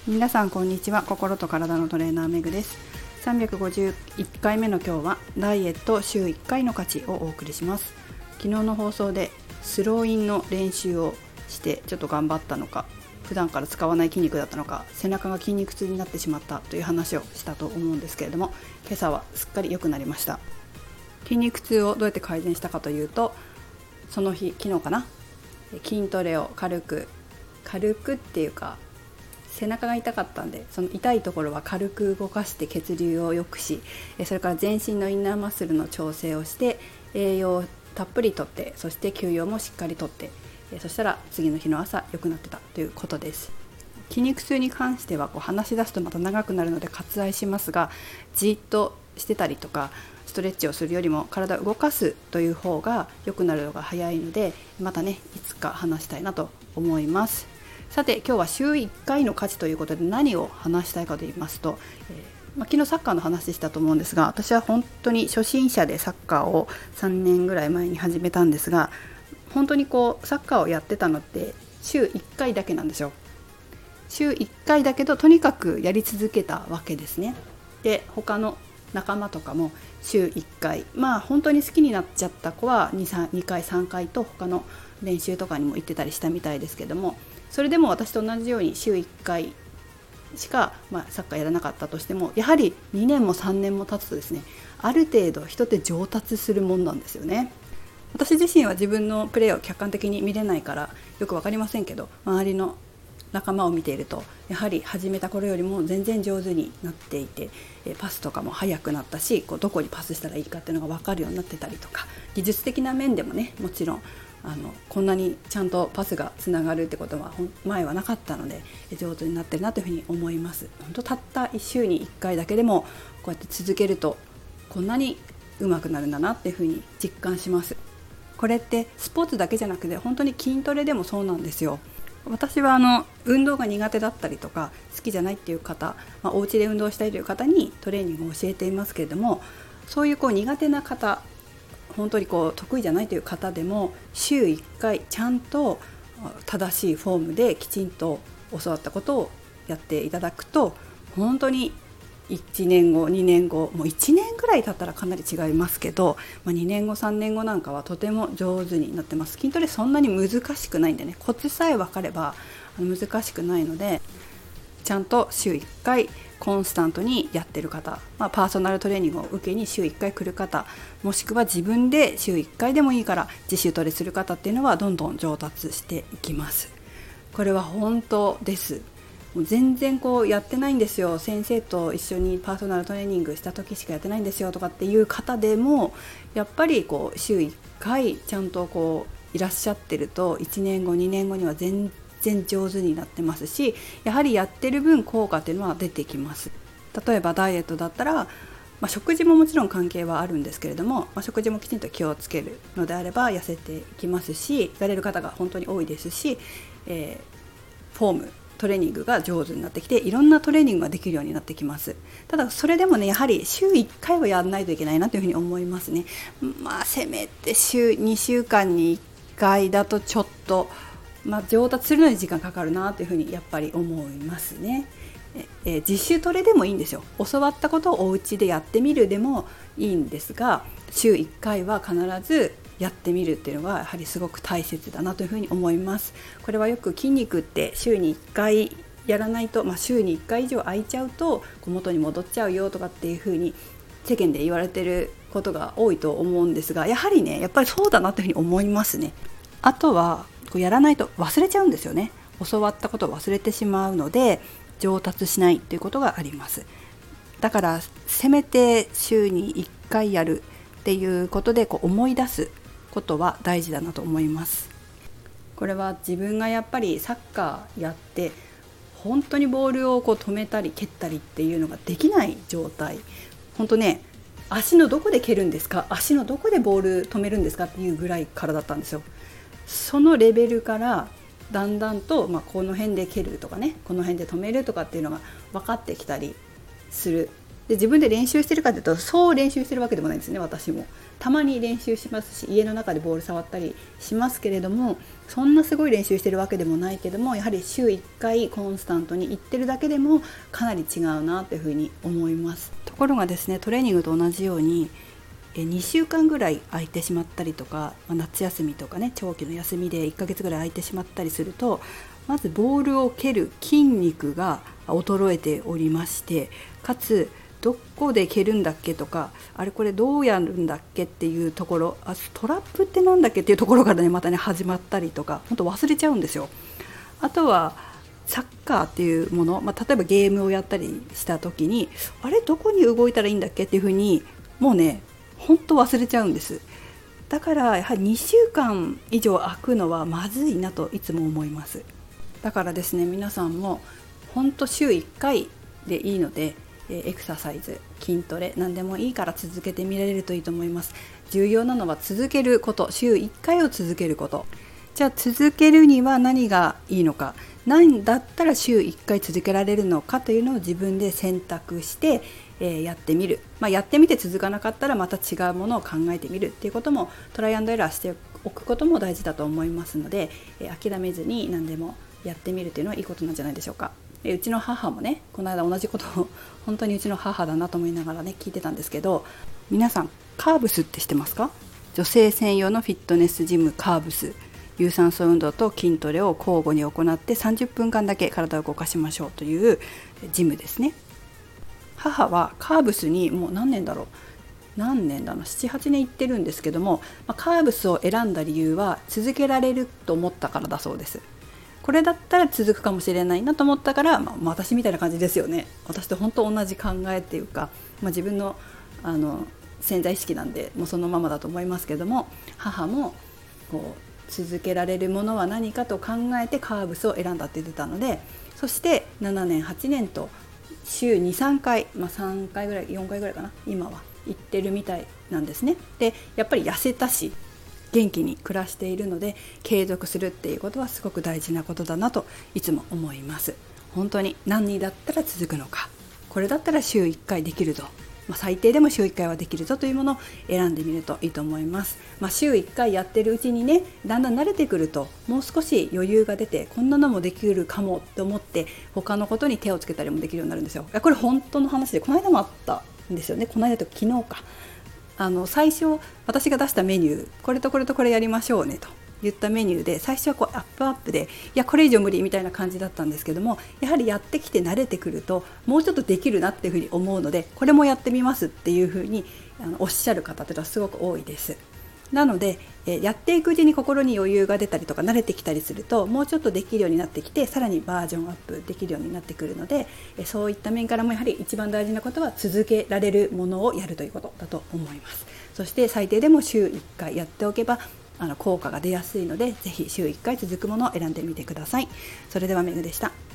皆さんこんにちは。心と体のトレーナーめぐです。351回目の今日はダイエット週1回の価値をお送りします。昨日の放送でスローインの練習をしてちょっと頑張ったのか、普段から使わない筋肉だったのか、背中が筋肉痛になってしまったという話をしたと思うんですけれども、今朝はすっかり良くなりました。筋肉痛をどうやって改善したかというと、その日、昨日かな、筋トレを軽くっていうか、背中が痛かったんで、その痛いところは軽く動かして血流を良くし、それから全身のインナーマッスルの調整をして、栄養をたっぷりとって、そして休養もしっかりとって、そしたら次の日の朝良くなってたということです。筋肉痛に関しては話し出すとまた長くなるので割愛しますが、じっとしてたりとかストレッチをするよりも体を動かすという方が良くなるのが早いので、またね、いつか話したいなと思います。さて、今日は週1回の価値ということで何を話したいかと言いますと、昨日サッカーの話したと思うんですが、私は本当に初心者でサッカーを3年ぐらい前に始めたんですが、本当にサッカーをやってたのって週1回だけなんですよ。週1回だけど、とにかくやり続けたわけですね。で、他の仲間とかも週1回、本当に好きになっちゃった子は 2回3回と他の練習とかにも行ってたりしたみたいですけども、それでも私と同じように週1回しか、サッカーやらなかったとしても、やはり2年も3年も経つとですね、ある程度人って上達するもんなんですよね。私自身は自分のプレーを客観的に見れないからよく分かりませんけど、周りの仲間を見ていると、やはり始めた頃よりも全然上手になっていて、パスとかも速くなったし、どこにパスしたらいいかっていうのが分かるようになってたりとか、技術的な面でもね、もちろんこんなにちゃんとパスがつながるってことは前はなかったので、上手になってるなというふうに思います。本当たった1週に1回だけでもこうやって続けると、こんなに上手くなるんだなっていうふうに実感します。これってスポーツだけじゃなくて、本当に筋トレでもそうなんですよ。私は運動が苦手だったりとか好きじゃないっていう方、お家で運動したいという方にトレーニングを教えていますけれども、そういう苦手な方、本当に得意じゃないという方でも週1回ちゃんと正しいフォームできちんと教わったことをやっていただくと、本当に1年後2年後、もう1年ぐらい経ったらかなり違いますけど、2年後3年後なんかはとても上手になってます。筋トレそんなに難しくないんでね、コツさえ分かれば難しくないので、ちゃんと週1回コンスタントにやってる方、パーソナルトレーニングを受けに週1回来る方、もしくは自分で週1回でもいいから自主トレする方っていうのはどんどん上達していきます。これは本当です。もう全然やってないんですよ、先生と一緒にパーソナルトレーニングした時しかやってないんですよとかっていう方でも、やっぱり週1回ちゃんといらっしゃってると、1年後2年後には全然上手になってますし、やはりやってる分効果っていうのは出てきます。例えばダイエットだったら、食事ももちろん関係はあるんですけれども、食事もきちんと気をつけるのであれば痩せていきますし、やれる方が本当に多いですし、フォームトレーニングが上手になってきて、いろんなトレーニングができるようになってきます。ただそれでもね、やはり週1回はやらないといけないなというふうに思いますね。せめて2週間に1回だとちょっと上達するのに時間かかるなというふうにやっぱり思いますね。自主トレでもいいんですよ。教わったことをお家でやってみるでもいいんですが、週1回は必ずやってみるっていうのがやはりすごく大切だなというふうに思います。これはよく筋肉って週に1回やらないと、週に1回以上空いちゃうと元に戻っちゃうよとかっていうふうに世間で言われてることが多いと思うんですが、やはりね、やっぱりそうだなというふうに思いますね。あとはやらないと忘れちゃうんですよね。教わったことを忘れてしまうので上達しないということがあります。だからせめて週に1回やるっていうことで思い出すことは大事だなと思います。これは自分がやっぱりサッカーやって本当にボールを止めたり蹴ったりっていうのができない状態、本当ね、足のどこで蹴るんですか、足のどこでボール止めるんですかっていうぐらいからだったんですよ。そのレベルからだんだんと、この辺で蹴るとかね、この辺で止めるとかっていうのが分かってきたりするで自分で練習してるかというとそう練習してるわけでもないんですね。私もたまに練習しますし、家の中でボール触ったりしますけれども、そんなすごい練習してるわけでもないけども、やはり週1回コンスタントに行ってるだけでもかなり違うなというふうに思います。ところがですね、トレーニングと同じように2週間ぐらい空いてしまったりとか、夏休みとかね、長期の休みで1ヶ月ぐらい空いてしまったりすると、まずボールを蹴る筋肉が衰えておりまして、かつどこで蹴るんだっけとか、あれこれどうやるんだっけっていうところ、トラップってなんだっけっていうところからね、またね始まったりとか、本当忘れちゃうんですよ。あとはサッカーっていうもの、例えばゲームをやったりした時に、あれどこに動いたらいいんだっけっていうふうにもうね本当忘れちゃうんです。だからやはり2週間以上空くのはまずいなといつも思います。だからですね、皆さんも本当週1回でいいので、エクササイズ、筋トレ何でもいいから続けてみられるといいと思います。重要なのは続けること、週1回を続けること。じゃあ続けるには何がいいのか、何だったら週1回続けられるのかというのを自分で選択して、やってみる、やってみて続かなかったらまた違うものを考えてみるっていうことも、トライアンドエラーしておくことも大事だと思いますので、諦めずに何でもやってみるというのはいいことなんじゃないでしょうか。うちの母もね、この間同じことを本当にうちの母だなと思いながらね聞いてたんですけど、皆さんカーブスって知ってますか？女性専用のフィットネスジムカーブス、有酸素運動と筋トレを交互に行って30分間だけ体を動かしましょうというジムですね。母はカーブスにもう何年だろう、7、8年行ってるんですけども、カーブスを選んだ理由は続けられると思ったからだそうです。これだったら続くかもしれないなと思ったから、私みたいな感じですよね。私と本当同じ考えっていうか、自分の潜在意識なんでもうそのままだと思いますけども、母もこう続けられるものは何かと考えてカーブスを選んだって言ってたので、そして7年8年と週 2,3 回、3回ぐらい4回ぐらいかな、今は行ってるみたいなんですね。でやっぱり痩せたし元気に暮らしているので、継続するっていうことはすごく大事なことだなといつも思います。本当に何だったら続くのか、これだったら週1回できるぞ、最低でも週1回はできるぞというものを選んでみるといいと思います。週1回やってるうちにね、だんだん慣れてくるともう少し余裕が出て、こんなのもできるかもと思って他のことに手をつけたりもできるようになるんですよ。これ本当の話で、この間もあったんですよね。この間と昨日か、最初私が出したメニュー、これとこれとこれやりましょうねと言ったメニューで、最初はアップで、いやこれ以上無理みたいな感じだったんですけども、やはりやってきて慣れてくるともうちょっとできるなっていうふうに思うので、これもやってみますっていうふうにおっしゃる方っていうのはすごく多いです。なのでやっていくうちに心に余裕が出たりとか慣れてきたりすると、もうちょっとできるようになってきて、さらにバージョンアップできるようになってくるので、そういった面からもやはり一番大事なことは続けられるものをやるということだと思います。そして最低でも週1回やっておけば効果が出やすいので、ぜひ週1回続くものを選んでみてください。それではめぐでした。